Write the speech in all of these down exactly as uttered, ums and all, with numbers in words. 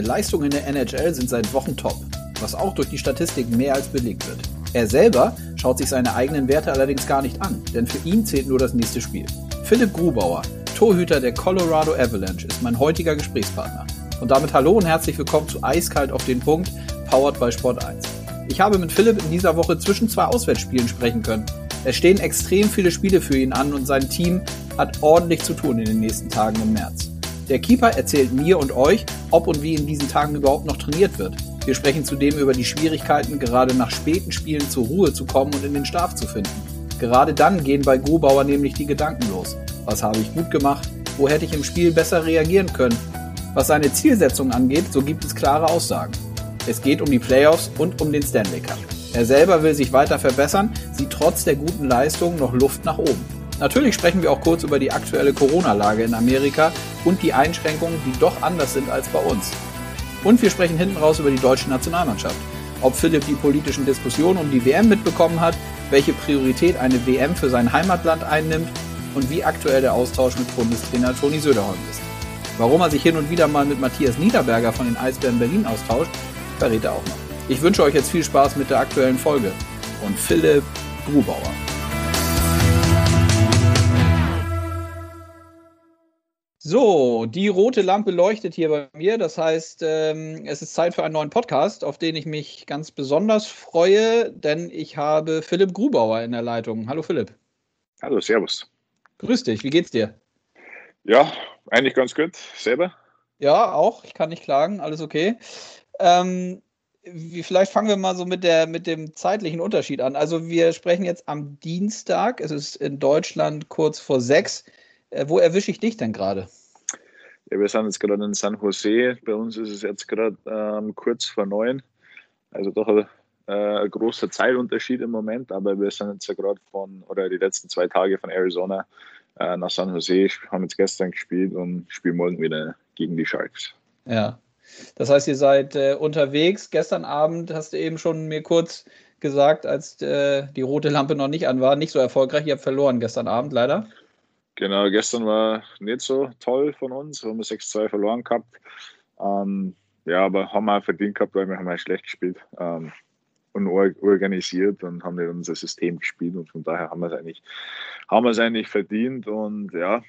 Leistungen in der N H L sind seit Wochen top, was auch durch die Statistiken mehr als belegt wird. Er selber schaut sich seine eigenen Werte allerdings gar nicht an, denn für ihn zählt nur das nächste Spiel. Philipp Grubauer, Torhüter der Colorado Avalanche, ist mein heutiger Gesprächspartner. Und damit hallo und herzlich willkommen zu Eiskalt auf den Punkt, powered by Sport eins. Ich habe mit Philipp in dieser Woche zwischen zwei Auswärtsspielen sprechen können. Es stehen extrem viele Spiele für ihn an und sein Team hat ordentlich zu tun in den nächsten Tagen im März. Der Keeper erzählt mir und euch, ob und wie in diesen Tagen überhaupt noch trainiert wird. Wir sprechen zudem über die Schwierigkeiten, gerade nach späten Spielen zur Ruhe zu kommen und in den Schlaf zu finden. Gerade dann gehen bei Grubauer nämlich die Gedanken los. Was habe ich gut gemacht? Wo hätte ich im Spiel besser reagieren können? Was seine Zielsetzung angeht, so gibt es klare Aussagen. Es geht um die Playoffs und um den Stanley Cup. Er selber will sich weiter verbessern, sieht trotz der guten Leistung noch Luft nach oben. Natürlich sprechen wir auch kurz über die aktuelle Corona-Lage in Amerika und die Einschränkungen, die doch anders sind als bei uns. Und wir sprechen hinten raus über die deutsche Nationalmannschaft. Ob Philipp die politischen Diskussionen um die W M mitbekommen hat, welche Priorität eine W M für sein Heimatland einnimmt und wie aktuell der Austausch mit Bundestrainer Toni Söderholm ist. Warum er sich hin und wieder mal mit Matthias Niederberger von den Eisbären Berlin austauscht, verrät er auch noch. Ich wünsche euch jetzt viel Spaß mit der aktuellen Folge. Und Philipp Grubauer. So, die rote Lampe leuchtet hier bei mir. Das heißt, ähm, es ist Zeit für einen neuen Podcast, auf den ich mich ganz besonders freue, denn ich habe Philipp Grubauer in der Leitung. Hallo Philipp. Hallo, servus. Grüß dich, wie geht's dir? Ja, eigentlich ganz gut. Selber? Ja, auch. Ich kann nicht klagen. Alles okay. Ähm, wie, vielleicht fangen wir mal so mit, der, mit dem zeitlichen Unterschied an. Also wir sprechen jetzt am Dienstag. Es ist in Deutschland kurz vor sechs. Äh, wo erwische ich dich denn gerade? Ja, wir sind jetzt gerade in San Jose. Bei uns ist es jetzt gerade ähm, kurz vor neun. Also doch ein, äh, ein großer Zeitunterschied im Moment. Aber wir sind jetzt ja gerade von, oder die letzten zwei Tage von Arizona äh, nach San Jose. Haben jetzt gestern gespielt und spielen morgen wieder gegen die Sharks. Ja, das heißt, ihr seid äh, unterwegs. Gestern Abend hast du eben schon mir kurz gesagt, als äh, die rote Lampe noch nicht an war, nicht so erfolgreich. Ihr habt verloren gestern Abend, leider. Genau, gestern war nicht so toll von uns. Wir haben sechs zwei verloren gehabt. Ähm, ja, aber haben wir auch verdient gehabt, weil wir haben halt schlecht gespielt. Ähm, und organisiert und haben nicht unser System gespielt. Und von daher haben wir es eigentlich, haben wir es eigentlich verdient. Und ja,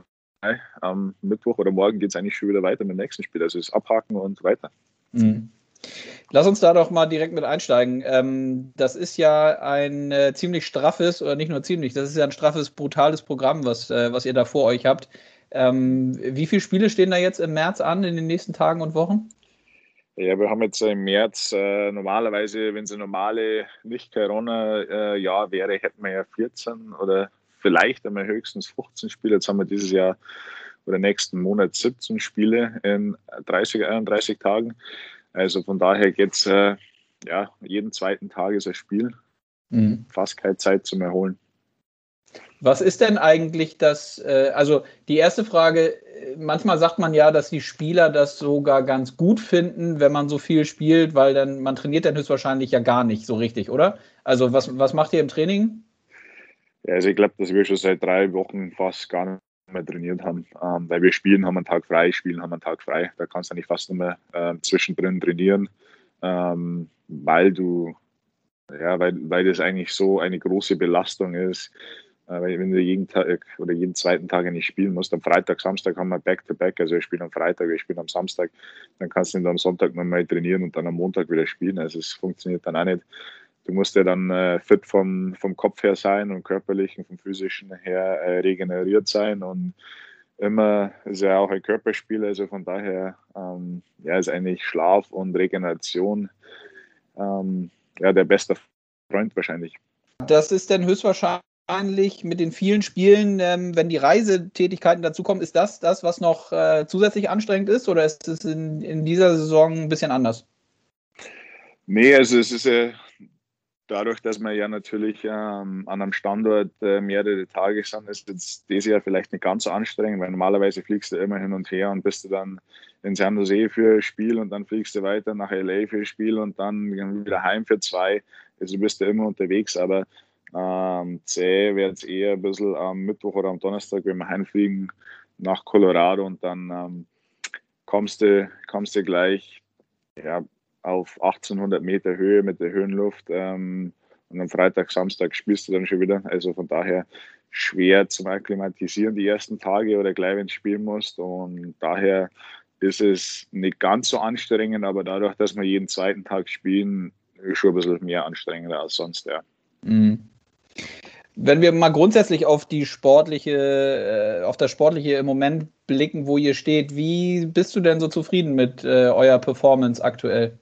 am Mittwoch oder morgen geht es eigentlich schon wieder weiter mit dem nächsten Spiel. Also es ist abhaken und weiter. Mhm. Lass uns da doch mal direkt mit einsteigen. Ähm, das ist ja ein äh, ziemlich straffes, oder nicht nur ziemlich, das ist ja ein straffes, brutales Programm, was, äh, was ihr da vor euch habt. Ähm, wie viele Spiele stehen da jetzt im März an, in den nächsten Tagen und Wochen? Ja, wir haben jetzt im März äh, normalerweise, wenn es ein normale Nicht-Corona-Jahr äh, wäre, hätten wir ja vierzehn oder vielleicht einmal höchstens fünfzehn Spiele. Jetzt haben wir dieses Jahr oder nächsten Monat siebzehn Spiele in dreißig, einunddreißig Tagen. Also von daher geht es äh, ja, jeden zweiten Tag ist ein Spiel. Mhm. Fast keine Zeit zum Erholen. Was ist denn eigentlich das, äh, also die erste Frage, manchmal sagt man ja, dass die Spieler das sogar ganz gut finden, wenn man so viel spielt, weil dann, man trainiert dann höchstwahrscheinlich ja gar nicht so richtig, oder? Also was, was macht ihr im Training? Ja, also ich glaube, dass wir schon seit drei Wochen fast gar nicht mehr trainiert haben, ähm, weil wir spielen, haben einen Tag frei, spielen, haben einen Tag frei. Da kannst du nicht fast nicht mehr äh, zwischendrin trainieren, ähm, weil du, ja, weil, weil das eigentlich so eine große Belastung ist. Äh, weil wenn du jeden Tag oder jeden zweiten Tag nicht spielen musst, am Freitag, Samstag haben wir Back-to-Back, also wir spielen am Freitag, wir spielen am Samstag, dann kannst du nicht am Sonntag nochmal trainieren und dann am Montag wieder spielen. Also es funktioniert dann auch nicht. Du musst ja dann äh, fit vom, vom Kopf her sein und körperlich und vom physischen her äh, regeneriert sein und immer ist ja auch ein Körperspiel, also von daher ähm, ja, ist eigentlich Schlaf und Regeneration ähm, ja, der beste Freund wahrscheinlich. Das ist dann höchstwahrscheinlich mit den vielen Spielen, ähm, wenn die Reisetätigkeiten dazukommen, ist das das, was noch äh, zusätzlich anstrengend ist oder ist es in, in dieser Saison ein bisschen anders? Nee, also es ist ja dadurch, dass wir ja natürlich ähm, an einem Standort äh, mehrere Tage sind, ist jetzt dieses Jahr vielleicht nicht ganz so anstrengend, weil normalerweise fliegst du immer hin und her und bist du dann in San Jose für ein Spiel und dann fliegst du weiter nach L A für ein Spiel und dann wieder heim für zwei. Also bist du immer unterwegs, aber ähm, zäh wird es eher ein bisschen am Mittwoch oder am Donnerstag, wenn wir heimfliegen nach Colorado und dann ähm, kommst du, kommst du gleich ja, auf achtzehnhundert Meter Höhe mit der Höhenluft. Ähm, und am Freitag, Samstag spielst du dann schon wieder. Also von daher schwer zum Akklimatisieren die ersten Tage oder gleich, wenn du spielen musst. Und daher ist es nicht ganz so anstrengend, aber dadurch, dass wir jeden zweiten Tag spielen, ist schon ein bisschen mehr anstrengender als sonst, ja. Mhm. Wenn wir mal grundsätzlich auf die sportliche, äh, auf das Sportliche im Moment blicken, wo ihr steht, wie bist du denn so zufrieden mit äh, eurer Performance aktuell?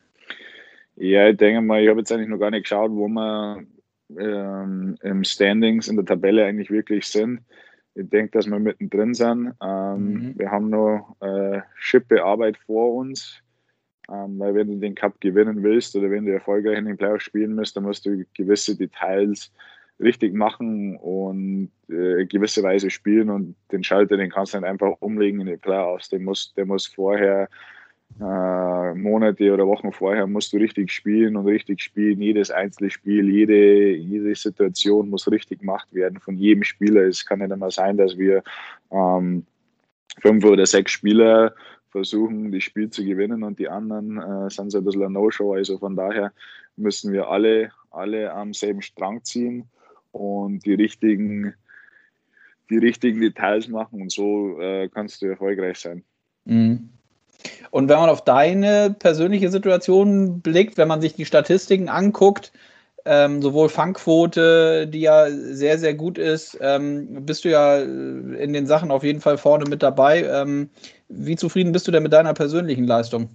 Ja, ich denke mal, ich habe jetzt eigentlich noch gar nicht geschaut, wo wir ähm, im Standings in der Tabelle eigentlich wirklich sind. Ich denke, dass wir mittendrin sind. Ähm, Mhm. Wir haben noch äh, Schippe Arbeit vor uns, ähm, weil wenn du den Cup gewinnen willst oder wenn du erfolgreich in den Playoffs spielen musst, dann musst du gewisse Details richtig machen und äh, gewisse Weise spielen, und den Schalter, den kannst du nicht einfach umlegen in die Playoffs. Der muss, der muss vorher äh, Monate oder Wochen vorher musst du richtig spielen und richtig spielen. Jedes einzelne Spiel, jede, jede Situation muss richtig gemacht werden von jedem Spieler. Es kann nicht immer sein, dass wir ähm, fünf oder sechs Spieler versuchen, das Spiel zu gewinnen und die anderen äh, sind so ein bisschen ein No-Show. Also von daher müssen wir alle, alle am selben Strang ziehen und die richtigen, die richtigen Details machen, und so äh, kannst du erfolgreich sein. Mhm. Und wenn man auf deine persönliche Situation blickt, wenn man sich die Statistiken anguckt, ähm, sowohl Fangquote, die ja sehr, sehr gut ist, ähm, bist du ja in den Sachen auf jeden Fall vorne mit dabei. Ähm, wie zufrieden bist du denn mit deiner persönlichen Leistung?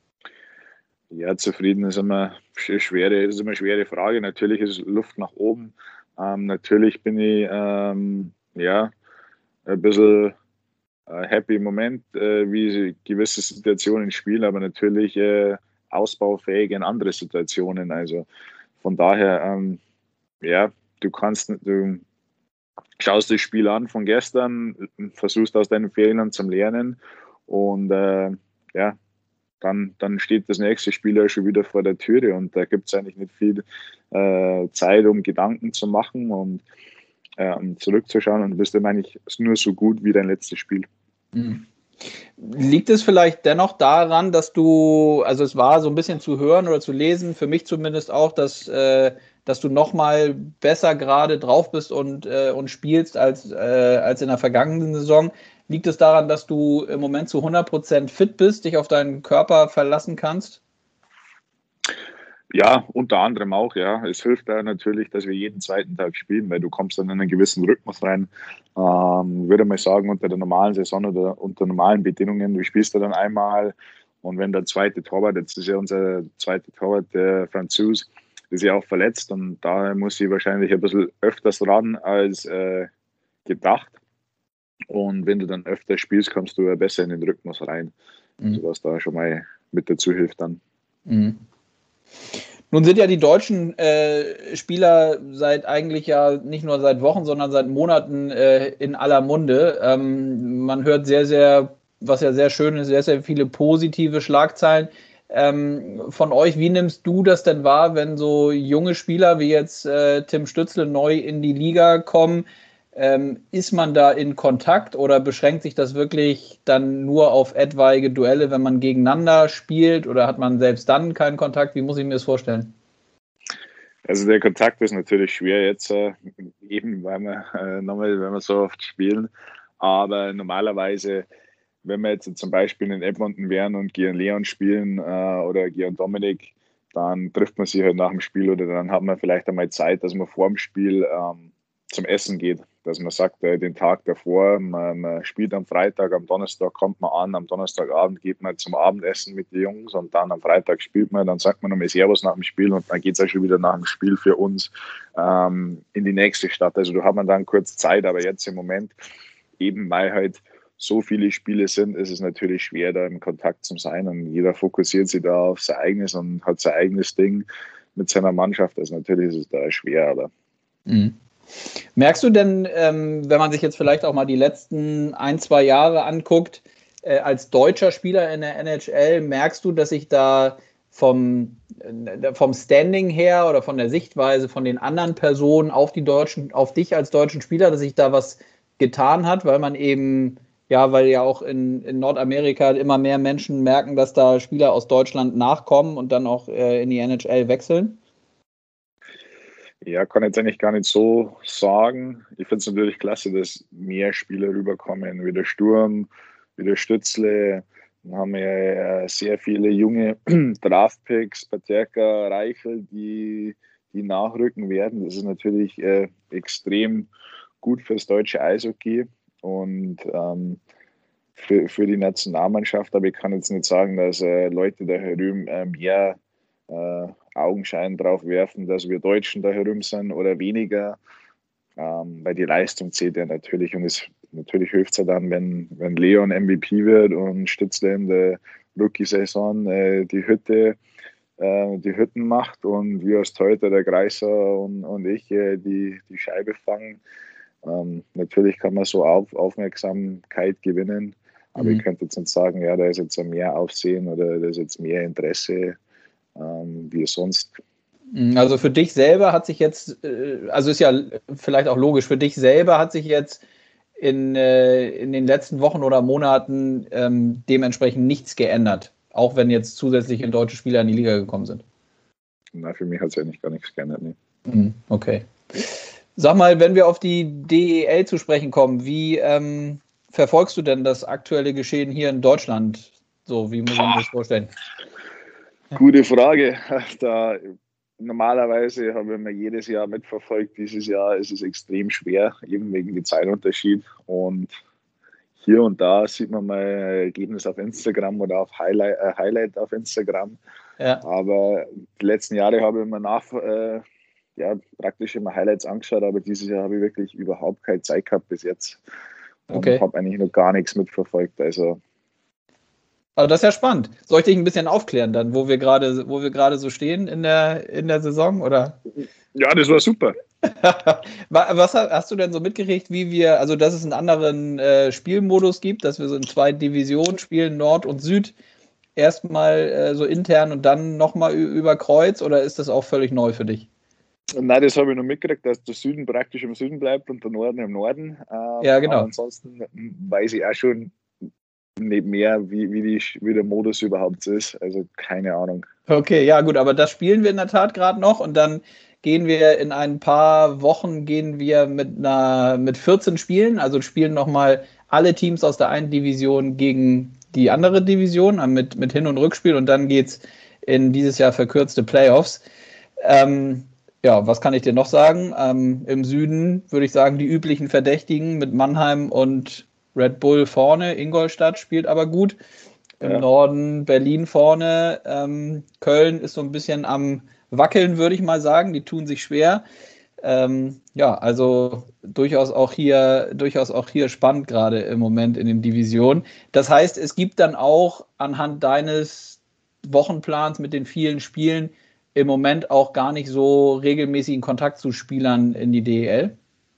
Ja, zufrieden ist immer eine schwere, ist immer eine schwere Frage. Natürlich ist Luft nach oben. Ähm, natürlich bin ich ähm, ja, ein bisschen äh, happy im Moment, äh, wie gewisse Situationen spielen, aber natürlich äh, ausbaufähig in andere Situationen. Also von daher, ähm, ja, du kannst, du schaust das Spiel an von gestern, versuchst aus deinen Fehlern zu lernen, und äh, ja, dann, dann steht das nächste Spiel ja schon wieder vor der Türe, und da gibt es eigentlich nicht viel äh, Zeit, um Gedanken zu machen und äh, um zurückzuschauen, und du bist dann eigentlich nur so gut wie dein letztes Spiel. Mhm. Liegt es vielleicht dennoch daran, dass du, also es war so ein bisschen zu hören oder zu lesen, für mich zumindest auch, dass, äh, dass du noch mal besser gerade drauf bist und, äh, und spielst als, äh, als in der vergangenen Saison. Liegt es daran, dass du im Moment zu hundert Prozent fit bist, dich auf deinen Körper verlassen kannst? Ja, unter anderem auch, ja. Es hilft da natürlich, dass wir jeden zweiten Tag spielen, weil du kommst dann in einen gewissen Rhythmus rein. Ähm, würde mal sagen, unter der normalen Saison oder unter normalen Bedingungen, du spielst da dann einmal, und wenn der zweite Torwart, jetzt ist ja unser zweiter Torwart, der Franzose, ist ja auch verletzt, und daher muss ich wahrscheinlich ein bisschen öfters ran als äh, gedacht. Und wenn du dann öfter spielst, kommst du ja besser in den Rhythmus rein. Mhm. Also was da schon mal mit dazu hilft dann. Mhm. Nun sind ja die deutschen äh, Spieler seit eigentlich ja nicht nur seit Wochen, sondern seit Monaten äh, in aller Munde. Ähm, man hört sehr, sehr, was ja sehr schön ist, sehr, sehr viele positive Schlagzeilen ähm, von euch. Wie nimmst du das denn wahr, wenn so junge Spieler wie jetzt äh, Tim Stützle neu in die Liga kommen? Ähm, ist man da in Kontakt oder beschränkt sich das wirklich dann nur auf etwaige Duelle, wenn man gegeneinander spielt, oder hat man selbst dann keinen Kontakt? Wie muss ich mir das vorstellen? Also der Kontakt ist natürlich schwer jetzt, äh, eben weil wir äh, nochmal, wenn wir so oft spielen. Aber normalerweise, wenn wir jetzt zum Beispiel in Edmonton wären und gegen Leon spielen äh, oder gegen Dominik, dann trifft man sich halt nach dem Spiel, oder dann hat man vielleicht einmal Zeit, dass man vor dem Spiel ähm, zum Essen geht. Dass man sagt, äh, den Tag davor, man, man spielt am Freitag, am Donnerstag kommt man an, am Donnerstagabend geht man zum Abendessen mit den Jungs, und dann am Freitag spielt man, dann sagt man nochmal Servus nach dem Spiel, und dann geht es auch schon wieder nach dem Spiel für uns ähm, in die nächste Stadt. Also da hat man dann kurz Zeit, aber jetzt im Moment, eben weil halt so viele Spiele sind, ist es natürlich schwer, da im Kontakt zu sein, und jeder fokussiert sich da auf sein eigenes und hat sein eigenes Ding mit seiner Mannschaft. Also natürlich ist es da schwer, aber Mhm. Merkst du denn, ähm, wenn man sich jetzt vielleicht auch mal die letzten ein, zwei Jahre anguckt, äh, als deutscher Spieler in der N H L, merkst du, dass sich da vom, äh, vom Standing her oder von der Sichtweise von den anderen Personen auf die deutschen, auf dich als deutschen Spieler, dass sich da was getan hat, weil man eben ja, weil ja auch in, in Nordamerika immer mehr Menschen merken, dass da Spieler aus Deutschland nachkommen und dann auch äh, in die N H L wechseln? Ja, kann jetzt eigentlich gar nicht so sagen. Ich finde es natürlich klasse, dass mehr Spieler rüberkommen, wie der Sturm, wie der Stützle. Dann haben wir ja sehr viele junge Draftpicks, Paterka, Reichel, die, die nachrücken werden. Das ist natürlich äh, extrem gut fürs deutsche Eishockey und ähm, für, für die Nationalmannschaft. Aber ich kann jetzt nicht sagen, dass äh, Leute da herüben äh, mehr äh, Augenschein drauf werfen, dass wir Deutschen da herum sind oder weniger, ähm, weil die Leistung zählt ja natürlich und es natürlich hilft es ja dann, wenn, wenn Leon M V P wird und Stützle in der Rookie-Saison äh, die Hütte äh, die Hütten macht und wir als Torhüter, der Greiser und, und ich äh, die, die Scheibe fangen. Ähm, natürlich kann man so auf, Aufmerksamkeit gewinnen, aber mhm. ich könnte jetzt nicht sagen, ja, da ist jetzt mehr Aufsehen oder da ist jetzt mehr Interesse ähm, wie sonst. Also für dich selber hat sich jetzt, also ist ja vielleicht auch logisch, für dich selber hat sich jetzt in, in den letzten Wochen oder Monaten ähm, dementsprechend nichts geändert, auch wenn jetzt zusätzliche deutsche Spieler in die Liga gekommen sind. Na, für mich hat es eigentlich gar nichts geändert. Nee. Okay. Sag mal, wenn wir auf die D E L zu sprechen kommen, wie ähm, verfolgst du denn das aktuelle Geschehen hier in Deutschland? So, wie muss ich mir das vorstellen? Gute Frage. Da, normalerweise habe ich mir jedes Jahr mitverfolgt. Dieses Jahr ist es extrem schwer, eben wegen dem Zeitunterschied. Und hier und da sieht man mal Ergebnis auf Instagram oder auf Highlight, äh, Highlight auf Instagram. Ja. Aber die letzten Jahre habe ich mir nach, äh, ja, praktisch immer Highlights angeschaut, aber dieses Jahr habe ich wirklich überhaupt keine Zeit gehabt bis jetzt. Und okay. habe eigentlich noch gar nichts mitverfolgt. Also Also das ist ja spannend. Soll ich dich ein bisschen aufklären dann, wo wir gerade, wo wir gerade so stehen in der, in der Saison, oder? Ja, das war super. Was hast du denn so mitgekriegt, wie wir, also dass es einen anderen äh, Spielmodus gibt, dass wir so in zwei Divisionen spielen, Nord und Süd, erstmal äh, so intern und dann nochmal über Kreuz, oder ist das auch völlig neu für dich? Nein, das habe ich noch mitgekriegt, dass der Süden praktisch im Süden bleibt und der Norden im Norden. Ähm, ja, genau. Aber ansonsten weiß ich auch schon nicht mehr, wie, wie, die, wie der Modus überhaupt ist. Also keine Ahnung. Okay, ja gut, aber das spielen wir in der Tat gerade noch und dann gehen wir in ein paar Wochen gehen wir mit einer mit vierzehn Spielen, also spielen nochmal alle Teams aus der einen Division gegen die andere Division mit, mit Hin- und Rückspiel und dann geht's in dieses Jahr verkürzte Playoffs. Ähm, ja, was kann ich dir noch sagen? Ähm, im Süden würde ich sagen, die üblichen Verdächtigen mit Mannheim und Red Bull vorne. Ingolstadt spielt aber gut. Im ja. Norden Berlin vorne. Ähm, Köln ist so ein bisschen am Wackeln, würde ich mal sagen. Die tun sich schwer. Ähm, ja, also durchaus auch hier, durchaus auch hier spannend gerade im Moment in den Divisionen. Das heißt, es gibt dann auch anhand deines Wochenplans mit den vielen Spielen im Moment auch gar nicht so regelmäßigen Kontakt zu Spielern in die D E L?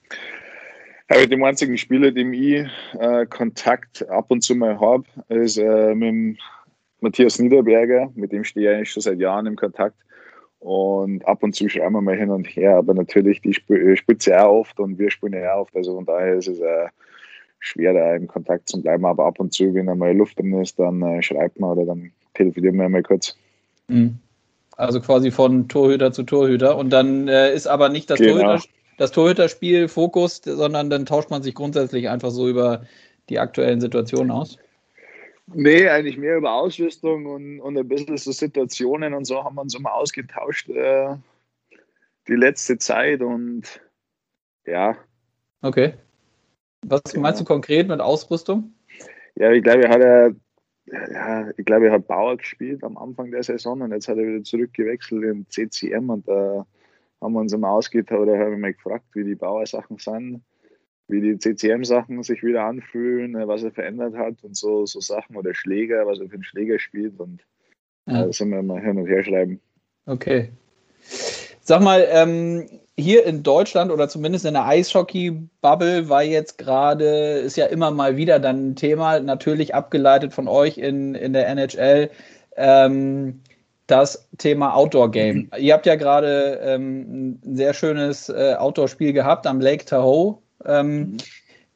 Ja, mit dem einzigen Spieler, dem ich äh, Kontakt ab und zu mal habe, ist äh, mit dem Matthias Niederberger. Mit dem stehe ich eigentlich schon seit Jahren im Kontakt. Und ab und zu schreiben wir mal hin und her. Aber natürlich, die sp- spielt ja auch oft und wir spielen ja auch oft. Also von daher ist es äh, schwer, da im Kontakt zu bleiben. Aber ab und zu, wenn einmal Luft drin ist, dann äh, schreibt man oder dann telefonieren wir mal kurz. Mhm. Also quasi von Torhüter zu Torhüter. Und dann äh, ist aber nicht das, genau. Torhüter, das Torhüterspiel Fokus, sondern dann tauscht man sich grundsätzlich einfach so über die aktuellen Situationen aus? Nee, eigentlich mehr über Ausrüstung und, und ein bisschen so Situationen und so haben wir uns immer ausgetauscht äh, die letzte Zeit und ja. Okay. Was genau. meinst du konkret mit Ausrüstung? Ja, ich glaube, er hat ja Ja, ich glaube, er hat Bauer gespielt am Anfang der Saison und jetzt hat er wieder zurückgewechselt in C C M und da haben wir uns immer ausgetauscht oder haben wir mal gefragt, wie die Bauer-Sachen sind, wie die C C M-Sachen sich wieder anfühlen, was er verändert hat und so, so Sachen oder Schläger, was er für einen Schläger spielt und ja. Da sind wir immer hin und her schreiben. Okay. Sag mal, ähm, hier in Deutschland oder zumindest in der Eishockey-Bubble war jetzt gerade, ist ja immer mal wieder dann ein Thema, natürlich abgeleitet von euch in, in der N H L, ähm, das Thema Outdoor-Game. Ihr habt ja gerade ähm, ein sehr schönes äh, Outdoor-Spiel gehabt am Lake Tahoe. Ähm, mhm.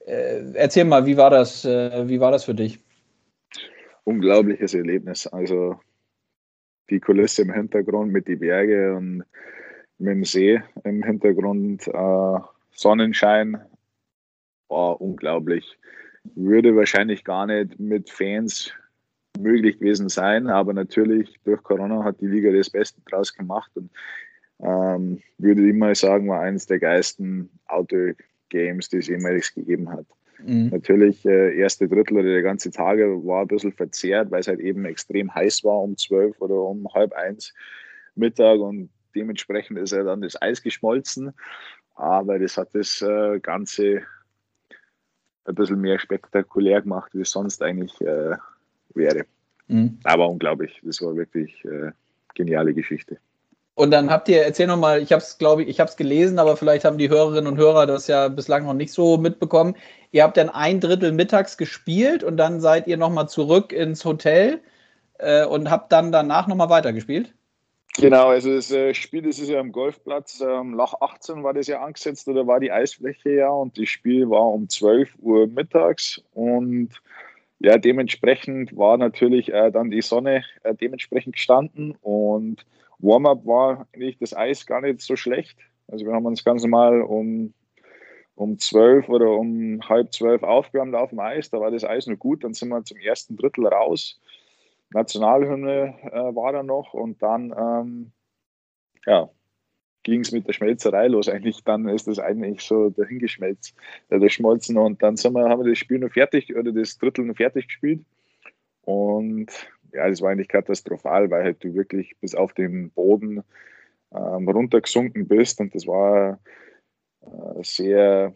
äh, erzähl mal, wie war das, äh, wie war das für dich? Unglaubliches Erlebnis. Also die Kulisse im Hintergrund mit den Bergen und mit dem See im Hintergrund, äh, Sonnenschein, war unglaublich. Würde wahrscheinlich gar nicht mit Fans möglich gewesen sein, aber natürlich durch Corona hat die Liga das Beste draus gemacht und ähm, würde ich mal sagen, war eines der geilsten Outdoor-Games, die es jemals gegeben hat. Mhm. Natürlich, äh, erste Drittel oder der ganze Tage war ein bisschen verzerrt, weil es halt eben extrem heiß war um zwölf oder um halb eins Mittag und dementsprechend ist ja dann das Eis geschmolzen, aber das hat das äh, Ganze ein bisschen mehr spektakulär gemacht, wie es sonst eigentlich äh, wäre. Mhm. Aber unglaublich, das war wirklich äh, geniale Geschichte. Und dann habt ihr, erzähl nochmal, ich habe es, glaube ich, ich habe es gelesen, aber vielleicht haben die Hörerinnen und Hörer das ja bislang noch nicht so mitbekommen. Ihr habt dann ein Drittel mittags gespielt und dann seid ihr nochmal zurück ins Hotel äh, und habt dann danach nochmal weitergespielt? Genau, also das äh, Spiel, das ist ja am Golfplatz, ähm, Loch achtzehn war das ja angesetzt oder war die Eisfläche ja und das Spiel war um zwölf Uhr mittags und ja, dementsprechend war natürlich äh, dann die Sonne äh, dementsprechend gestanden und Warm-up war eigentlich das Eis gar nicht so schlecht. Also wir haben uns ganz normal um, um zwölf oder um halb zwölf aufgewärmt auf dem Eis. Da war das Eis noch gut. Dann sind wir zum ersten Drittel raus. Nationalhymne äh, war da noch und dann ähm, ja, ging es mit der Schmelzerei los. Eigentlich dann ist das eigentlich so dahingeschmelzt, äh, geschmolzen und dann sind wir, haben wir das Spiel noch fertig oder das Drittel noch fertig gespielt und ja, das war eigentlich katastrophal, weil halt du wirklich bis auf den Boden ähm, runtergesunken bist und das war äh, sehr,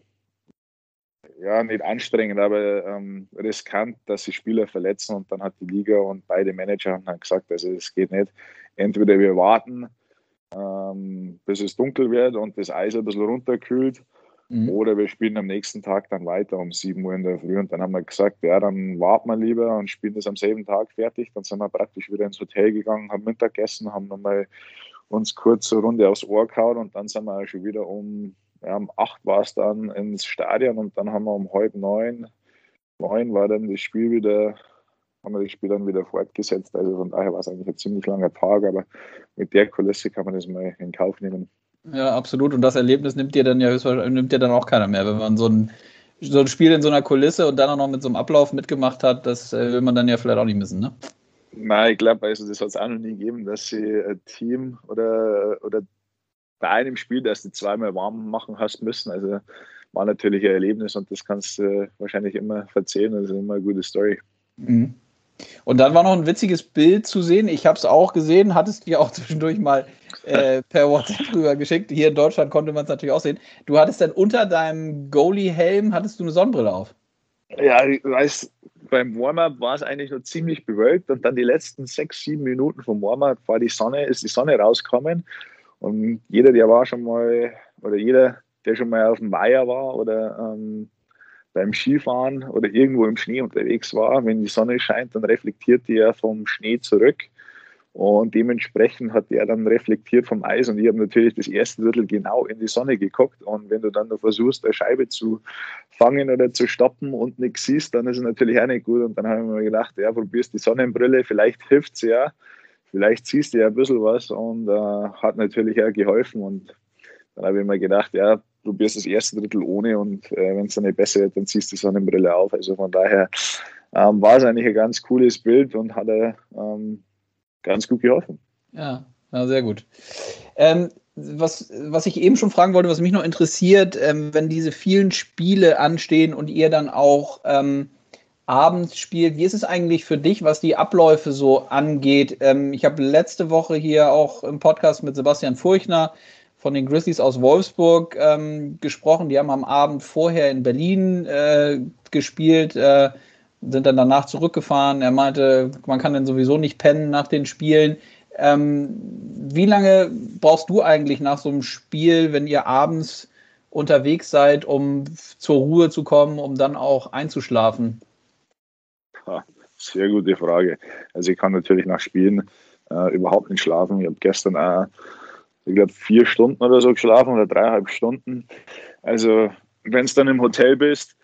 ja, nicht anstrengend, aber ähm, riskant, dass sich Spieler verletzen und dann hat die Liga und beide Manager haben dann gesagt, also es geht nicht. Entweder wir warten, ähm, bis es dunkel wird und das Eis ein bisschen runterkühlt, mhm. oder wir spielen am nächsten Tag dann weiter um sieben Uhr in der Früh und dann haben wir gesagt, ja, dann warten wir lieber und spielen das am selben Tag fertig. Dann sind wir praktisch wieder ins Hotel gegangen, haben Mittag gegessen, haben nochmal uns kurz eine Runde aufs Ohr gehauen und dann sind wir schon wieder um, ja, um acht war es dann ins Stadion und dann haben wir um halb neun, neun war dann das Spiel wieder, haben wir das Spiel dann wieder fortgesetzt. Also von daher war es eigentlich ein ziemlich langer Tag, aber mit der Kulisse kann man das mal in Kauf nehmen. Ja, absolut. Und das Erlebnis nimmt dir dann ja höchstwahrscheinlich nimmt dir dann auch keiner mehr, wenn man so ein, so ein Spiel in so einer Kulisse und dann auch noch mit so einem Ablauf mitgemacht hat, das will man dann ja vielleicht auch nicht missen, ne? Nein, ich glaube, also das hat es auch noch nie gegeben, dass sie ein Team oder, oder bei einem Spiel, dass du zweimal warm machen hast müssen. Also war natürlich ein Erlebnis und das kannst du wahrscheinlich immer erzählen. Das ist immer eine gute Story. Mhm. Und dann war noch ein witziges Bild zu sehen. Ich habe es auch gesehen, hattest du ja auch zwischendurch mal äh, per WhatsApp rüber geschickt. Hier in Deutschland konnte man es natürlich auch sehen. Du hattest dann unter deinem Goalie-Helm hattest du eine Sonnenbrille auf. Ja, ich weiß, beim Warm-up war es eigentlich noch ziemlich bewölkt und dann die letzten sechs, sieben Minuten vom Warm-up war die Sonne, ist die Sonne rausgekommen und jeder, der war schon mal, oder jeder, der schon mal auf dem Weiher war oder ähm, beim Skifahren oder irgendwo im Schnee unterwegs war, wenn die Sonne scheint, dann reflektiert die ja vom Schnee zurück und dementsprechend hat der dann reflektiert vom Eis und ich habe natürlich das erste Drittel genau in die Sonne geguckt und wenn du dann noch versuchst, eine Scheibe zu fangen oder zu stoppen und nichts siehst, dann ist es natürlich auch nicht gut und dann habe ich mir gedacht, ja, probierst die Sonnenbrille, vielleicht hilft es ja, vielleicht siehst du ja ein bisschen was und äh, hat natürlich auch geholfen und dann habe ich mir gedacht, ja, probierst das erste Drittel ohne und äh, wenn es dann nicht besser wird, dann ziehst du die Sonnenbrille auf. Also von daher ähm, war es eigentlich ein ganz cooles Bild und hat ähm, ganz gut geholfen. Ja, ja, sehr gut. Ähm, was, was ich eben schon fragen wollte, was mich noch interessiert, ähm, wenn diese vielen Spiele anstehen und ihr dann auch ähm, abends spielt, wie ist es eigentlich für dich, was die Abläufe so angeht? Ähm, ich habe letzte Woche hier auch im Podcast mit Sebastian Furchner von den Grizzlies aus Wolfsburg ähm, gesprochen. Die haben am Abend vorher in Berlin äh, gespielt, äh, sind dann danach zurückgefahren. Er meinte, man kann dann sowieso nicht pennen nach den Spielen. Ähm, wie lange brauchst du eigentlich nach so einem Spiel, wenn ihr abends unterwegs seid, um zur Ruhe zu kommen, um dann auch einzuschlafen? Ja, sehr gute Frage. Also ich kann natürlich nach Spielen äh, überhaupt nicht schlafen. Ich habe gestern auch, ich glaube, vier Stunden oder so geschlafen oder dreieinhalb Stunden. Also wenn du dann im Hotel bist,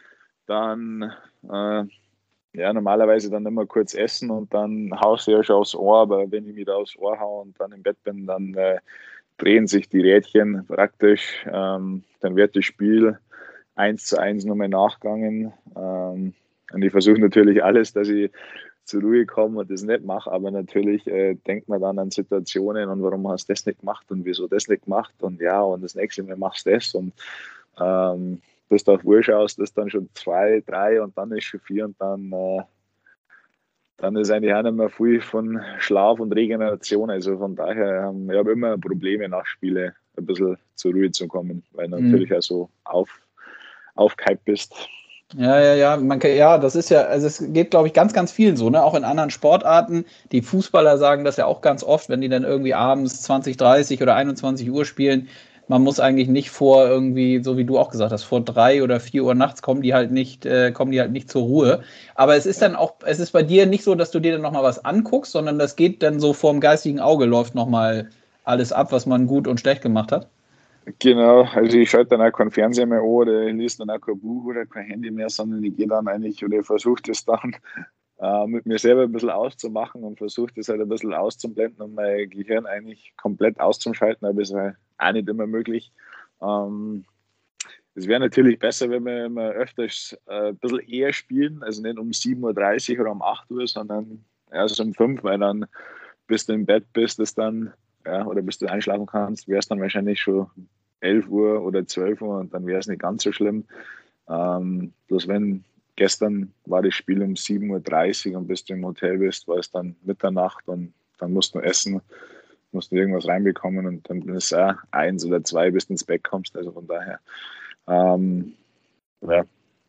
dann äh, ja, normalerweise dann immer kurz essen und dann haust du ja schon aufs Ohr, aber wenn ich wieder aufs Ohr haue und dann im Bett bin, dann äh, drehen sich die Rädchen praktisch. Ähm, dann wird das Spiel eins zu eins nochmal nachgegangen. Ähm, und ich versuche natürlich alles, dass ich zur Ruhe komme und das nicht mache, aber natürlich äh, denkt man dann an Situationen und warum hast du das nicht gemacht und wieso das nicht gemacht und ja, und das nächste Mal machst du das und ähm, bis du auf Uhr schaust, ist dann schon zwei, drei und dann ist schon vier und dann, äh, dann ist eigentlich auch nicht mehr viel von Schlaf und Regeneration. Also von daher, ähm, ich habe immer Probleme nach Spiele ein bisschen zur Ruhe zu kommen, weil du Mhm. natürlich auch so auf, aufgehypt bist. Ja, ja, ja, man kann, ja, das ist ja, also es geht, glaube ich, ganz, ganz vielen so, ne? Auch in anderen Sportarten. Die Fußballer sagen das ja auch ganz oft, wenn die dann irgendwie abends zwanzig, dreißig oder einundzwanzig Uhr spielen. Man muss eigentlich nicht vor irgendwie, so wie du auch gesagt hast, vor drei oder vier Uhr nachts kommen die halt nicht, äh, kommen die halt nicht zur Ruhe. Aber es ist dann auch, es ist bei dir nicht so, dass du dir dann nochmal was anguckst, sondern das geht dann so vorm geistigen Auge, läuft nochmal alles ab, was man gut und schlecht gemacht hat. Genau, also ich schalte dann auch keinen Fernseher mehr an oder ich lese dann auch kein Buch oder kein Handy mehr, sondern ich gehe dann eigentlich oder versuche das dann äh, mit mir selber ein bisschen auszumachen und versuche das halt ein bisschen auszublenden und mein Gehirn eigentlich komplett auszuschalten, aber es ist halt auch nicht immer möglich. Ähm, es wäre natürlich besser, wenn wir immer öfters äh, ein bisschen eher spielen, also nicht um sieben Uhr dreißig oder um acht Uhr, sondern erst um fünf, weil dann bis du im Bett bist, ist dann, ja, oder bis du einschlafen kannst, wäre es dann wahrscheinlich schon elf Uhr oder zwölf Uhr und dann wäre es nicht ganz so schlimm. Ähm, bloß wenn gestern war das Spiel um sieben Uhr dreißig und bis du im Hotel bist, war es dann Mitternacht und dann musst du essen, musst du irgendwas reinbekommen und dann ist es auch eins oder zwei, bis du ins Bett kommst. Also von daher, ähm, ja.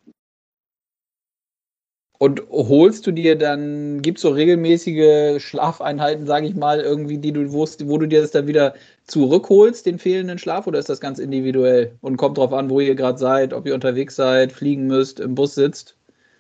Und holst du dir dann, gibt es so regelmäßige Schlafeinheiten, sage ich mal, irgendwie, die du wusst, wo du dir das dann wieder zurückholst, den fehlenden Schlaf, oder ist das ganz individuell und kommt drauf an, wo ihr gerade seid, ob ihr unterwegs seid, fliegen müsst, im Bus sitzt?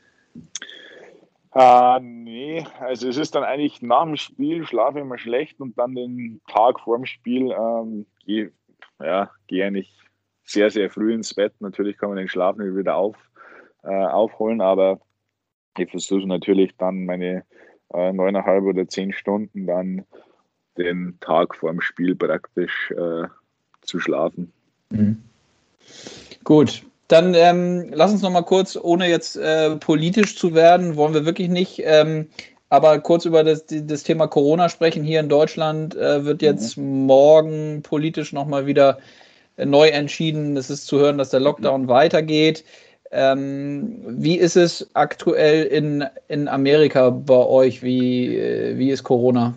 Äh, nee, also es ist dann eigentlich nach dem Spiel schlafe ich immer schlecht und dann den Tag vor dem Spiel ähm, gehe ja, geh eigentlich sehr, sehr früh ins Bett. Natürlich kann man den Schlaf nicht wieder auf, äh, aufholen, aber ich versuche natürlich dann meine äh, neuneinhalb oder zehn Stunden dann den Tag vor dem Spiel praktisch äh, zu schlafen. Mhm. Gut, dann ähm, lass uns noch mal kurz, ohne jetzt äh, politisch zu werden, wollen wir wirklich nicht, ähm, aber kurz über das, das Thema Corona sprechen. Hier in Deutschland äh, wird Mhm. jetzt morgen politisch noch mal wieder äh, neu entschieden. Es ist zu hören, dass der Mhm. Lockdown weitergeht. Ähm, wie ist es aktuell in, in Amerika bei euch? Wie, äh, wie ist Corona?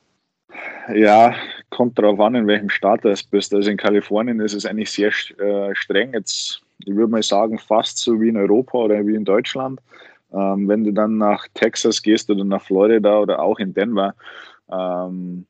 Ja, kommt darauf an, in welchem Staat du bist. Also in Kalifornien ist es eigentlich sehr äh, streng. Jetzt, ich würde mal sagen, fast so wie in Europa oder wie in Deutschland. Ähm, wenn du dann nach Texas gehst oder nach Florida oder auch in Denver, ähm,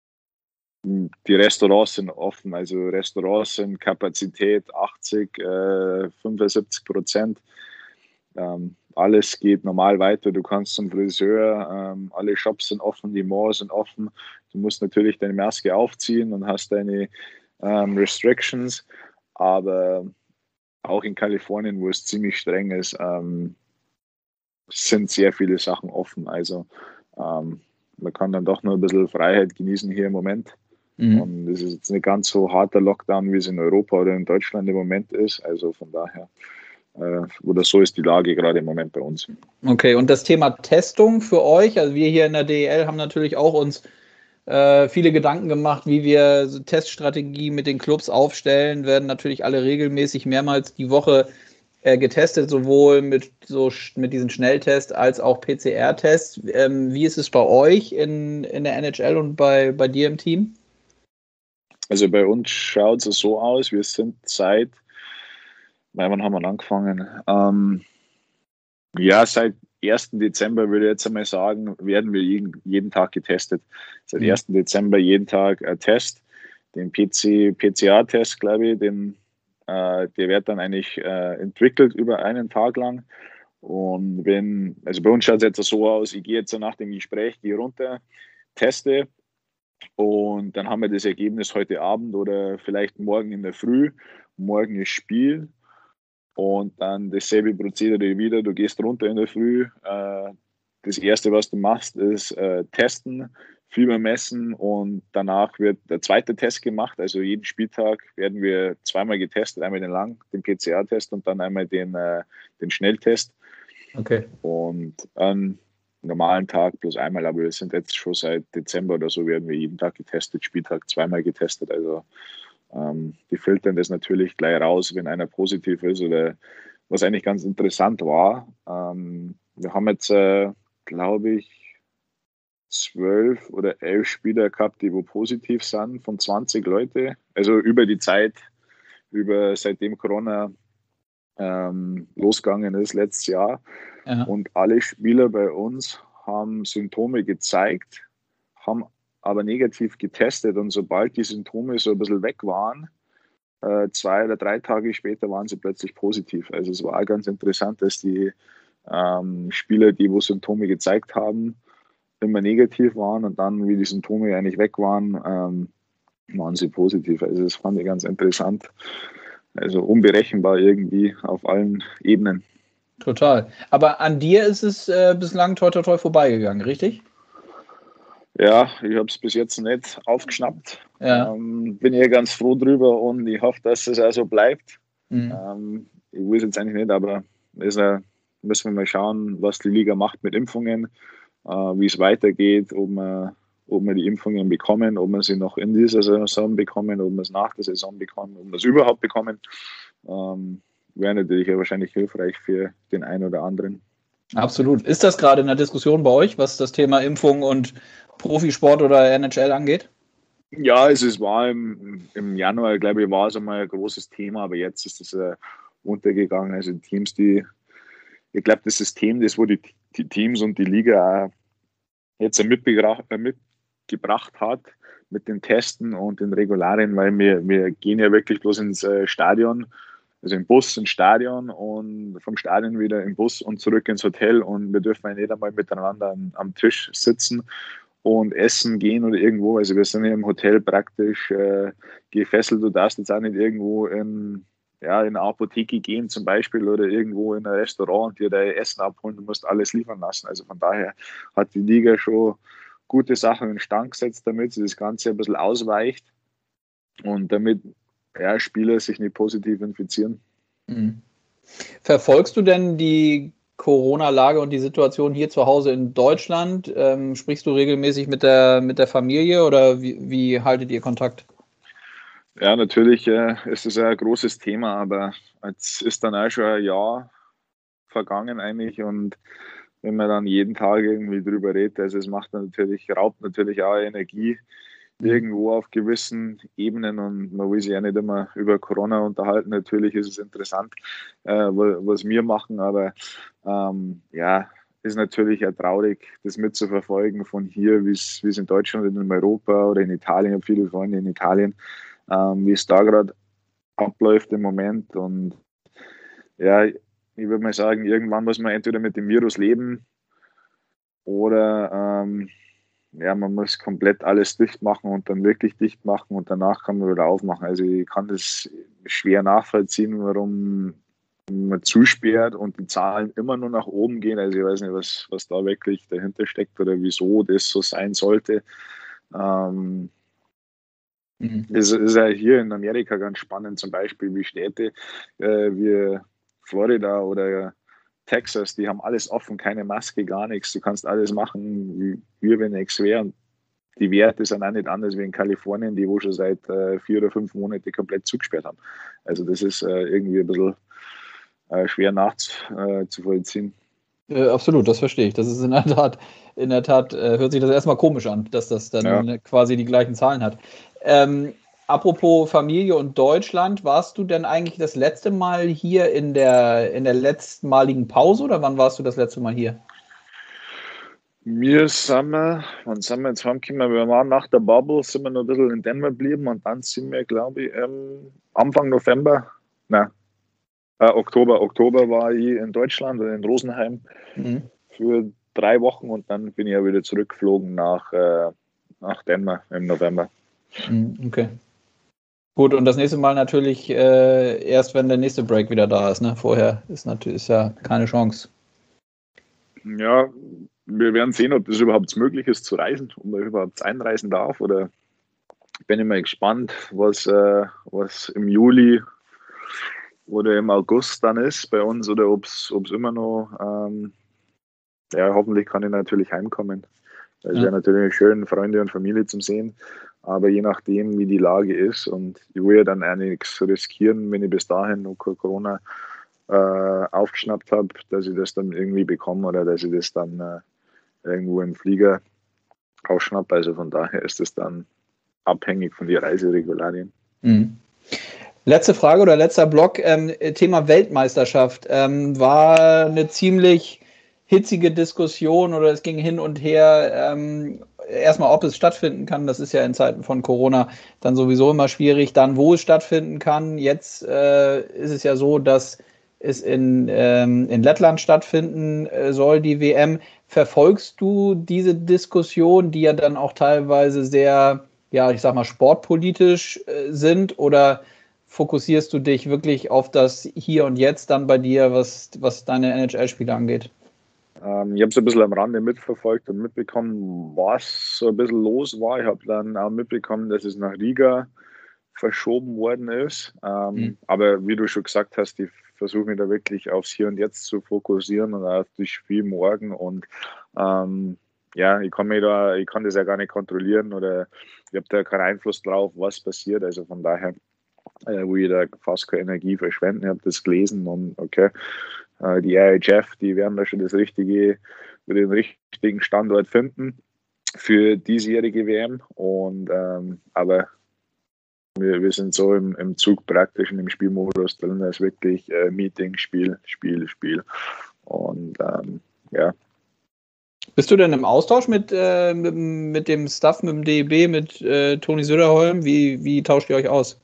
die Restaurants sind offen. Also Restaurants sind Kapazität achtzig, äh, fünfundsiebzig Prozent. Ähm, alles geht normal weiter. Du kannst zum Friseur, ähm, alle Shops sind offen, die Malls sind offen. Du musst natürlich deine Maske aufziehen und hast deine ähm, Restrictions. Aber auch in Kalifornien, wo es ziemlich streng ist, ähm, sind sehr viele Sachen offen. Also ähm, man kann dann doch nur ein bisschen Freiheit genießen hier im Moment. Mhm. Und es ist jetzt nicht ganz so harter Lockdown, wie es in Europa oder in Deutschland im Moment ist. Also von daher, äh, oder so ist die Lage gerade im Moment bei uns. Okay, und das Thema Testung für euch, also wir hier in der D E L haben natürlich auch uns äh, viele Gedanken gemacht, wie wir so Teststrategie mit den Clubs aufstellen, werden natürlich alle regelmäßig mehrmals die Woche äh, getestet, sowohl mit, so, mit diesen Schnelltests als auch P C R-Tests. Ähm, wie ist es bei euch in, in der N H L und bei, bei dir im Team? Also bei uns schaut es so aus, wir sind seit, wann haben wir angefangen? Ähm, ja, seit ersten Dezember würde ich jetzt einmal sagen, werden wir jeden, jeden Tag getestet. Seit Mhm. ersten Dezember jeden Tag ein Test. Den P C, P C A-Test, glaube ich, den, äh, der wird dann eigentlich äh, entwickelt über einen Tag lang. Und wenn, also bei uns schaut es jetzt so aus, ich gehe jetzt nach dem Gespräch, gehe runter, teste und dann haben wir das Ergebnis heute Abend oder vielleicht morgen in der Früh. Morgen ist Spiel Und dann dasselbe Prozedere wieder. Du gehst runter in der Früh. Äh, das Erste, was du machst, ist äh, testen, Fieber messen und danach wird der zweite Test gemacht. Also jeden Spieltag werden wir zweimal getestet. Einmal den Lang, den P C R-Test und dann einmal den, äh, den Schnelltest. Okay. Und an normalen Tag bloß einmal. Aber wir sind jetzt schon seit Dezember oder so, werden wir jeden Tag getestet, Spieltag zweimal getestet. Also ähm, die filtern das natürlich gleich raus, wenn einer positiv ist. Oder was eigentlich ganz interessant war, ähm, wir haben jetzt, äh, glaube ich, zwölf oder elf Spieler gehabt, die wo positiv sind, von zwanzig Leute. Also über die Zeit, über seitdem Corona ähm, losgegangen ist, letztes Jahr. Ja. Und alle Spieler bei uns haben Symptome gezeigt, haben aber negativ getestet. Und sobald die Symptome so ein bisschen weg waren, äh, zwei oder drei Tage später waren sie plötzlich positiv. Also es war auch ganz interessant, dass die ähm, Spieler, die wo Symptome gezeigt haben, immer negativ waren und dann, wie die Symptome eigentlich weg waren, ähm, waren sie positiv. Also das fand ich ganz interessant. Also unberechenbar irgendwie auf allen Ebenen. Total. Aber an dir ist es äh, bislang toi toi toi vorbeigegangen, richtig? Ja, ich habe es bis jetzt nicht aufgeschnappt. Ja. Ähm, bin hier ganz froh drüber und ich hoffe, dass es auch so bleibt. Mhm. Ähm, ich weiß jetzt eigentlich nicht, aber ist, äh, müssen wir mal schauen, was die Liga macht mit Impfungen, äh, wie es weitergeht, ob wir, ob wir die Impfungen bekommen, ob wir sie noch in dieser Saison bekommen, ob wir es nach der Saison bekommen, ob wir es überhaupt bekommen. Ähm, wäre natürlich wahrscheinlich hilfreich für den einen oder anderen. Absolut. Ist das gerade in der Diskussion bei euch, was das Thema Impfung und Profisport oder N H L angeht? Ja, also es war im, im Januar, glaube ich, war es einmal ein großes Thema, aber jetzt ist es äh, untergegangen. Also die Teams, die, ich glaube, das System, das wo die, die Teams und die Liga auch jetzt mitgebracht, äh, mitgebracht hat mit den Testen und den Regularien, weil wir, wir gehen ja wirklich bloß ins äh, Stadion, also im Bus ins Stadion und vom Stadion wieder im Bus und zurück ins Hotel und wir dürfen ja nicht einmal miteinander am, am Tisch sitzen und essen gehen oder irgendwo. Also wir sind ja im Hotel praktisch äh, gefesselt. Du darfst jetzt auch nicht irgendwo in, ja, in eine Apotheke gehen zum Beispiel oder irgendwo in ein Restaurant und dir dein Essen abholen. Du musst alles liefern lassen. Also von daher hat die Liga schon gute Sachen in Stand gesetzt, damit sie das Ganze ein bisschen ausweicht und damit ja, Spieler sich nicht positiv infizieren. Mhm. Verfolgst du denn die Corona-Lage und die Situation hier zu Hause in Deutschland? Ähm, sprichst du regelmäßig mit der, mit der Familie oder wie, wie haltet ihr Kontakt? Ja, natürlich äh, ist es ein großes Thema, aber jetzt ist dann auch schon ein Jahr vergangen eigentlich und wenn man dann jeden Tag irgendwie drüber redet, also es macht natürlich, raubt natürlich auch Energie irgendwo auf gewissen Ebenen und man will sich ja nicht immer über Corona unterhalten. Natürlich ist es interessant, äh, was wir machen, aber ähm, ja, ist natürlich auch traurig, das mitzuverfolgen von hier, wie es in Deutschland, in Europa oder in Italien, ich habe viele Freunde in Italien, ähm, wie es da gerade abläuft im Moment und ja, ich würde mal sagen, irgendwann muss man entweder mit dem Virus leben oder ähm, ja, man muss komplett alles dicht machen und dann wirklich dicht machen und danach kann man wieder aufmachen. Also ich kann das schwer nachvollziehen, warum man zusperrt und die Zahlen immer nur nach oben gehen. Also ich weiß nicht, was, was da wirklich dahinter steckt oder wieso das so sein sollte. Ähm, Mhm. Es ist ja hier in Amerika ganz spannend, zum Beispiel wie Städte äh, wie Florida oder Texas, die haben alles offen, keine Maske, gar nichts. Du kannst alles machen, wie, wie wenn nichts wäre. Und die Werte sind auch nicht anders wie in Kalifornien, die wo schon seit äh, vier oder fünf Monaten komplett zugesperrt haben. Also das ist äh, irgendwie ein bisschen äh, schwer nachzuvollziehen. Äh, absolut, das verstehe ich. Das ist in der Tat, in der Tat äh, hört sich das erstmal komisch an, dass das dann Ja. quasi die gleichen Zahlen hat. Ähm, apropos Familie und Deutschland, warst du denn eigentlich das letzte Mal hier in der, in der letztmaligen Pause oder wann warst du das letzte Mal hier? Wir sind wir, wann sind wir jetzt heimgekommen? Wir waren nach der Bubble, sind wir noch ein bisschen in Denver geblieben und dann sind wir, glaube ich, ähm, Anfang November, nein, äh, Oktober, Oktober war ich in Deutschland, in Rosenheim Mhm. für drei Wochen und dann bin ich ja wieder zurückgeflogen nach, äh, nach Denver im November. Mhm, okay. Gut, und das nächste Mal natürlich äh, erst, wenn der nächste Break wieder da ist. Ne? Vorher ist natürlich ist ja keine Chance. Ja, wir werden sehen, ob das überhaupt möglich ist zu reisen, ob man überhaupt einreisen darf. Oder bin ich mal gespannt, was, äh, was im Juli oder im August dann ist bei uns oder ob es immer noch, ähm, ja, hoffentlich kann ich natürlich heimkommen. Es Ja. wäre natürlich schön, Freunde und Familie zu sehen, aber je nachdem, wie die Lage ist und ich will ja dann auch nichts riskieren, wenn ich bis dahin noch Corona äh, aufgeschnappt habe, dass ich das dann irgendwie bekomme oder dass ich das dann äh, irgendwo im Flieger aufschnappe. Also von daher ist es dann abhängig von den Reiseregularien. Mhm. Letzte Frage oder letzter Block, ähm, Thema Weltmeisterschaft. Ähm, war eine ziemlich hitzige Diskussion oder es ging hin und her. Ähm, erstmal, ob es stattfinden kann, das ist ja in Zeiten von Corona dann sowieso immer schwierig. Dann, wo es stattfinden kann. Jetzt äh, ist es ja so, dass es in, ähm, in Lettland stattfinden äh, soll, die W M. Verfolgst du diese Diskussion, die ja dann auch teilweise sehr, ja, ich sag mal, sportpolitisch äh, sind, oder fokussierst du dich wirklich auf das Hier und Jetzt dann bei dir, was, was deine N H L-Spiele angeht? Ähm, ich habe es ein bisschen am Rande mitverfolgt und mitbekommen, was so ein bisschen los war. Ich habe dann auch mitbekommen, dass es nach Riga verschoben worden ist. Ähm, mhm. Aber wie du schon gesagt hast, ich versuche mich da wirklich aufs Hier und Jetzt zu fokussieren und auf das Spiel morgen. Und ähm, ja, ich kann, mich da, ich kann das ja gar nicht kontrollieren oder ich habe da keinen Einfluss drauf, was passiert. Also von daher äh, wo ich da fast keine Energie verschwenden. Ich habe das gelesen und okay, äh, die R H F, die werden da schon das richtige, den richtigen Standort finden für diesjährige W M. Und ähm, aber wir, wir sind so im, im Zug praktisch in dem Spielmodus drin, da ist wirklich äh, Meeting, Spiel, Spiel, Spiel. Und ähm, ja. Bist du denn im Austausch mit, äh, mit, mit dem Staff, mit dem D E B, mit äh, Toni Söderholm? Wie, wie tauscht ihr euch aus?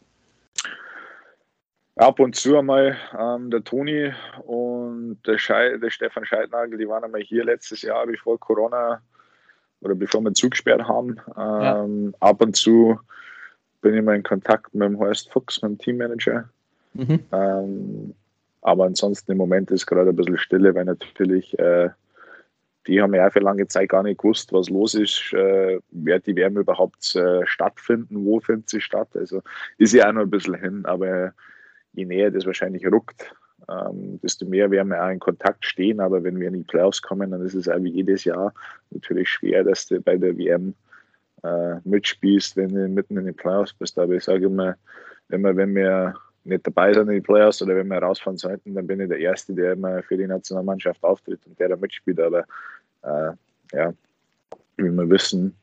Ab und zu einmal ähm, der Toni und der, Schei, der Stefan Scheidnagel, die waren einmal hier letztes Jahr, bevor Corona oder bevor wir zugesperrt haben. Ähm, ja. Ab und zu bin ich mal in Kontakt mit dem Horst Fuchs, meinem Teammanager. Mhm. Ähm, aber ansonsten im Moment ist gerade ein bisschen Stille, weil natürlich äh, die haben ja für lange Zeit gar nicht gewusst, was los ist. Äh, wird die W M überhaupt äh, stattfinden? Wo findet sie statt? Also ist ja auch noch ein bisschen hin, aber je näher das wahrscheinlich rückt, ähm, desto mehr werden wir auch in Kontakt stehen. Aber wenn wir in die Playoffs kommen, dann ist es auch wie jedes Jahr natürlich schwer, dass du bei der W M äh, mitspielst, wenn du mitten in den Playoffs bist. Aber ich sage immer, immer, wenn wir nicht dabei sind in den Playoffs oder wenn wir rausfahren sollten, dann bin ich der Erste, der immer für die Nationalmannschaft auftritt und der da mitspielt. Aber äh, ja, wie wir wissen,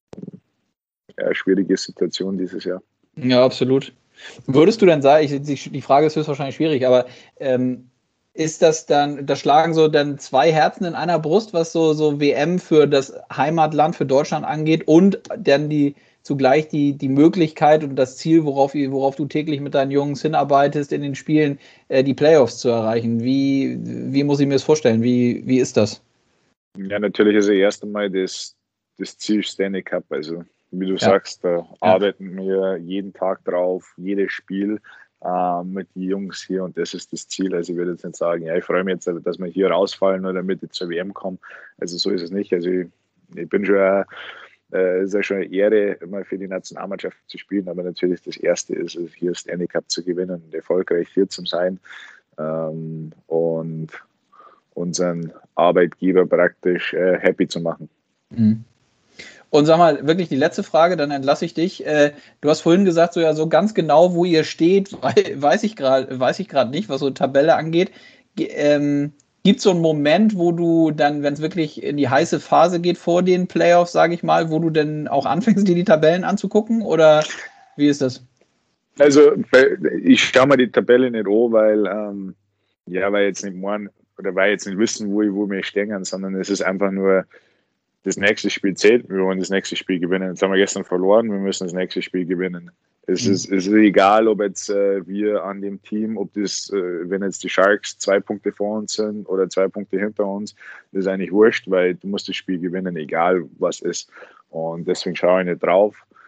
ja, schwierige Situation dieses Jahr. Ja, absolut. Würdest du denn sagen, ich, die Frage ist höchstwahrscheinlich schwierig, aber ähm, ist das dann, da schlagen so dann zwei Herzen in einer Brust, was so, so W M für das Heimatland, für Deutschland angeht und dann die zugleich die, die Möglichkeit und das Ziel, worauf, worauf du täglich mit deinen Jungs hinarbeitest, in den Spielen äh, die Playoffs zu erreichen? Wie, wie muss ich mir das vorstellen? Wie, wie ist das? Ja, natürlich ist das erste Mal das, das Ziel Stanley Cup. Also, wie du ja. sagst, da ja. arbeiten wir jeden Tag drauf, jedes Spiel äh, mit den Jungs hier und das ist das Ziel. Also, ich würde jetzt nicht sagen, ja, ich freue mich jetzt, dass wir hier rausfallen oder damit ich zur W M kommen. Also, so ist es nicht. Also, ich, ich bin schon, äh, es ist ja schon eine Ehre, immer für die Nationalmannschaft zu spielen, aber natürlich das Erste ist, hier Stanley Cup zu gewinnen und erfolgreich hier zu sein. Ähm, und unseren Arbeitgeber praktisch äh, happy zu machen. Mhm. Und sag mal, wirklich die letzte Frage, dann entlasse ich dich. Äh, du hast vorhin gesagt, so ja, so ganz genau, wo ihr steht, weiß ich gerade, weiß ich gerade nicht, was so eine Tabelle angeht. Ge- ähm, Gibt es so einen Moment, wo du dann, wenn es wirklich in die heiße Phase geht vor den Playoffs, sage ich mal, wo du denn auch anfängst, dir die Tabellen anzugucken? Oder wie ist das? Also ich schaue mir die Tabelle nicht an, weil ähm, ja, weil jetzt nicht morgen oder weil jetzt nicht wissen, wo, ich, wo wir stehen, sondern es ist einfach nur das nächste Spiel zählt. Wir wollen das nächste Spiel gewinnen. Jetzt haben wir gestern verloren, wir müssen das nächste Spiel gewinnen. Es, mhm. ist, es ist egal, ob jetzt äh, wir an dem Team, ob das, äh, wenn jetzt die Sharks zwei Punkte vor uns sind oder zwei Punkte hinter uns, das ist eigentlich wurscht, weil du musst das Spiel gewinnen, egal was ist. Und deswegen schaue ich nicht drauf.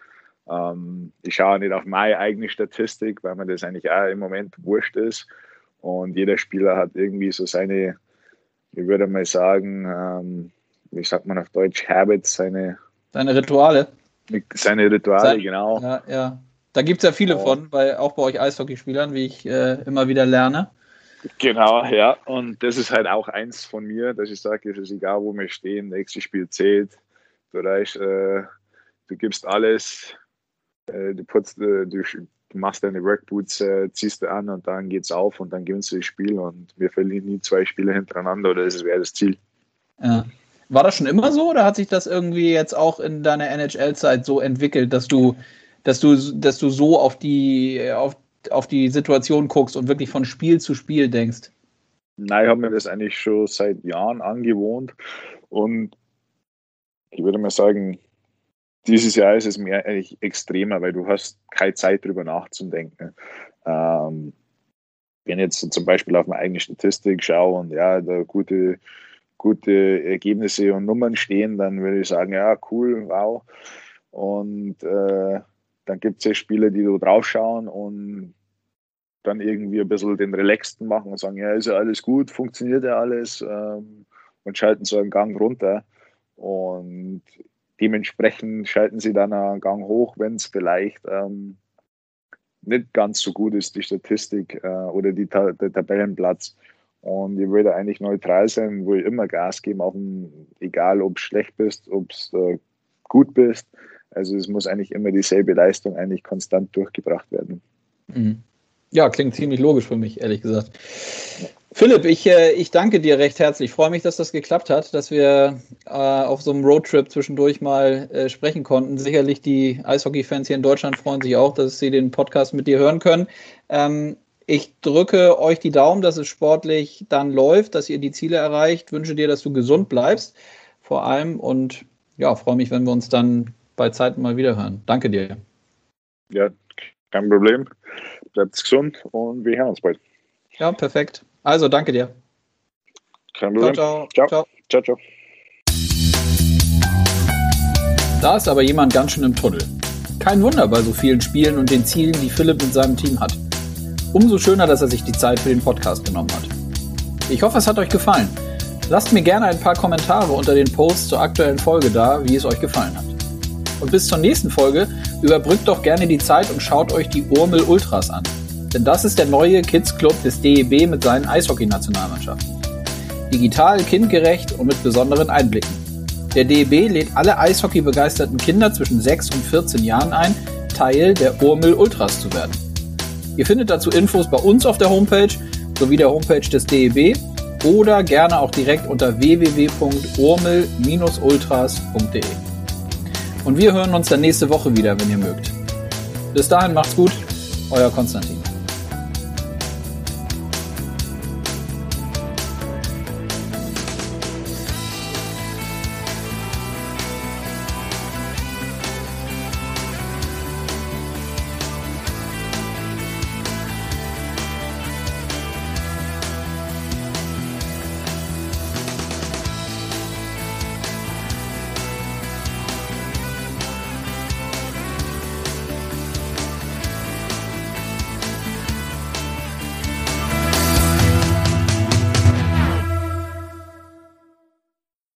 Ähm, ich schaue nicht auf meine eigene Statistik, weil mir das eigentlich auch im Moment wurscht ist. Und jeder Spieler hat irgendwie so seine, ich würde mal sagen, ähm, wie sagt man auf Deutsch, Habits, seine, seine Rituale. Seine Rituale, Sein, genau. Ja, ja. Da gibt es ja viele oh. von, bei, auch bei euch Eishockeyspielern, wie ich äh, immer wieder lerne. Genau, ja. Und das ist halt auch eins von mir, dass ich sage, es ist egal, wo wir stehen, nächstes Spiel zählt. Du reichst, äh, du gibst alles, äh, du, putzt, äh, du, du machst deine Workboots, äh, ziehst du an und dann geht's auf und dann gewinnst du das Spiel und wir verlieren nie zwei Spiele hintereinander oder das wäre das Ziel. Ja. War das schon immer so oder hat sich das irgendwie jetzt auch in deiner N H L-Zeit so entwickelt, dass du, dass du, dass du so auf die, auf, auf die Situation guckst und wirklich von Spiel zu Spiel denkst? Nein, ich habe mir das eigentlich schon seit Jahren angewohnt und ich würde mal sagen, dieses Jahr ist es mir eigentlich extremer, weil du hast keine Zeit drüber nachzudenken. Ähm, wenn ich jetzt zum Beispiel auf meine eigene Statistik schaue und ja, da gute gute Ergebnisse und Nummern stehen, dann würde ich sagen, ja, cool, wow. Und äh, dann gibt es ja Spieler, die so draufschauen und dann irgendwie ein bisschen den Relaxten machen und sagen, ja, ist ja alles gut, funktioniert ja alles ähm, und schalten so einen Gang runter. Und dementsprechend schalten sie dann einen Gang hoch, wenn es vielleicht ähm, nicht ganz so gut ist, die Statistik äh, oder die Ta- der Tabellenplatz. Und ich würde eigentlich neutral sein, wo ich immer Gas geben, auch um, egal ob du schlecht bist, ob du äh, gut bist. Also es muss eigentlich immer dieselbe Leistung eigentlich konstant durchgebracht werden. Mhm. Ja, klingt ziemlich logisch für mich, ehrlich gesagt. Philipp, ich, äh, ich danke dir recht herzlich. Ich freue mich, dass das geklappt hat, dass wir äh, auf so einem Roadtrip zwischendurch mal äh, sprechen konnten. Sicherlich die Eishockey-Fans hier in Deutschland freuen sich auch, dass sie den Podcast mit dir hören können. Ähm, Ich drücke euch die Daumen, dass es sportlich dann läuft, dass ihr die Ziele erreicht. Wünsche dir, dass du gesund bleibst, vor allem. Und ja, freue mich, wenn wir uns dann bei Zeiten mal wieder hören. Danke dir. Ja, kein Problem. Bleibt gesund und wir hören uns bald. Ja, perfekt. Also, danke dir. Kein Problem. Ciao, ciao. Ciao, ciao, ciao. Da ist aber jemand ganz schön im Tunnel. Kein Wunder bei so vielen Spielen und den Zielen, die Philipp mit seinem Team hat. Umso schöner, dass er sich die Zeit für den Podcast genommen hat. Ich hoffe, es hat euch gefallen. Lasst mir gerne ein paar Kommentare unter den Posts zur aktuellen Folge da, wie es euch gefallen hat. Und bis zur nächsten Folge überbrückt doch gerne die Zeit und schaut euch die Urmel Ultras an. Denn das ist der neue Kids-Club des D E B mit seinen Eishockey-Nationalmannschaften. Digital, kindgerecht und mit besonderen Einblicken. Der D E B lädt alle Eishockey-begeisterten Kinder zwischen sechs und vierzehn Jahren ein, Teil der Urmel Ultras zu werden. Ihr findet dazu Infos bei uns auf der Homepage sowie der Homepage des D E B oder gerne auch direkt unter w w w punkt urmel Bindestrich ultras punkt d e. Und wir hören uns dann nächste Woche wieder, wenn ihr mögt. Bis dahin macht's gut, euer Konstantin.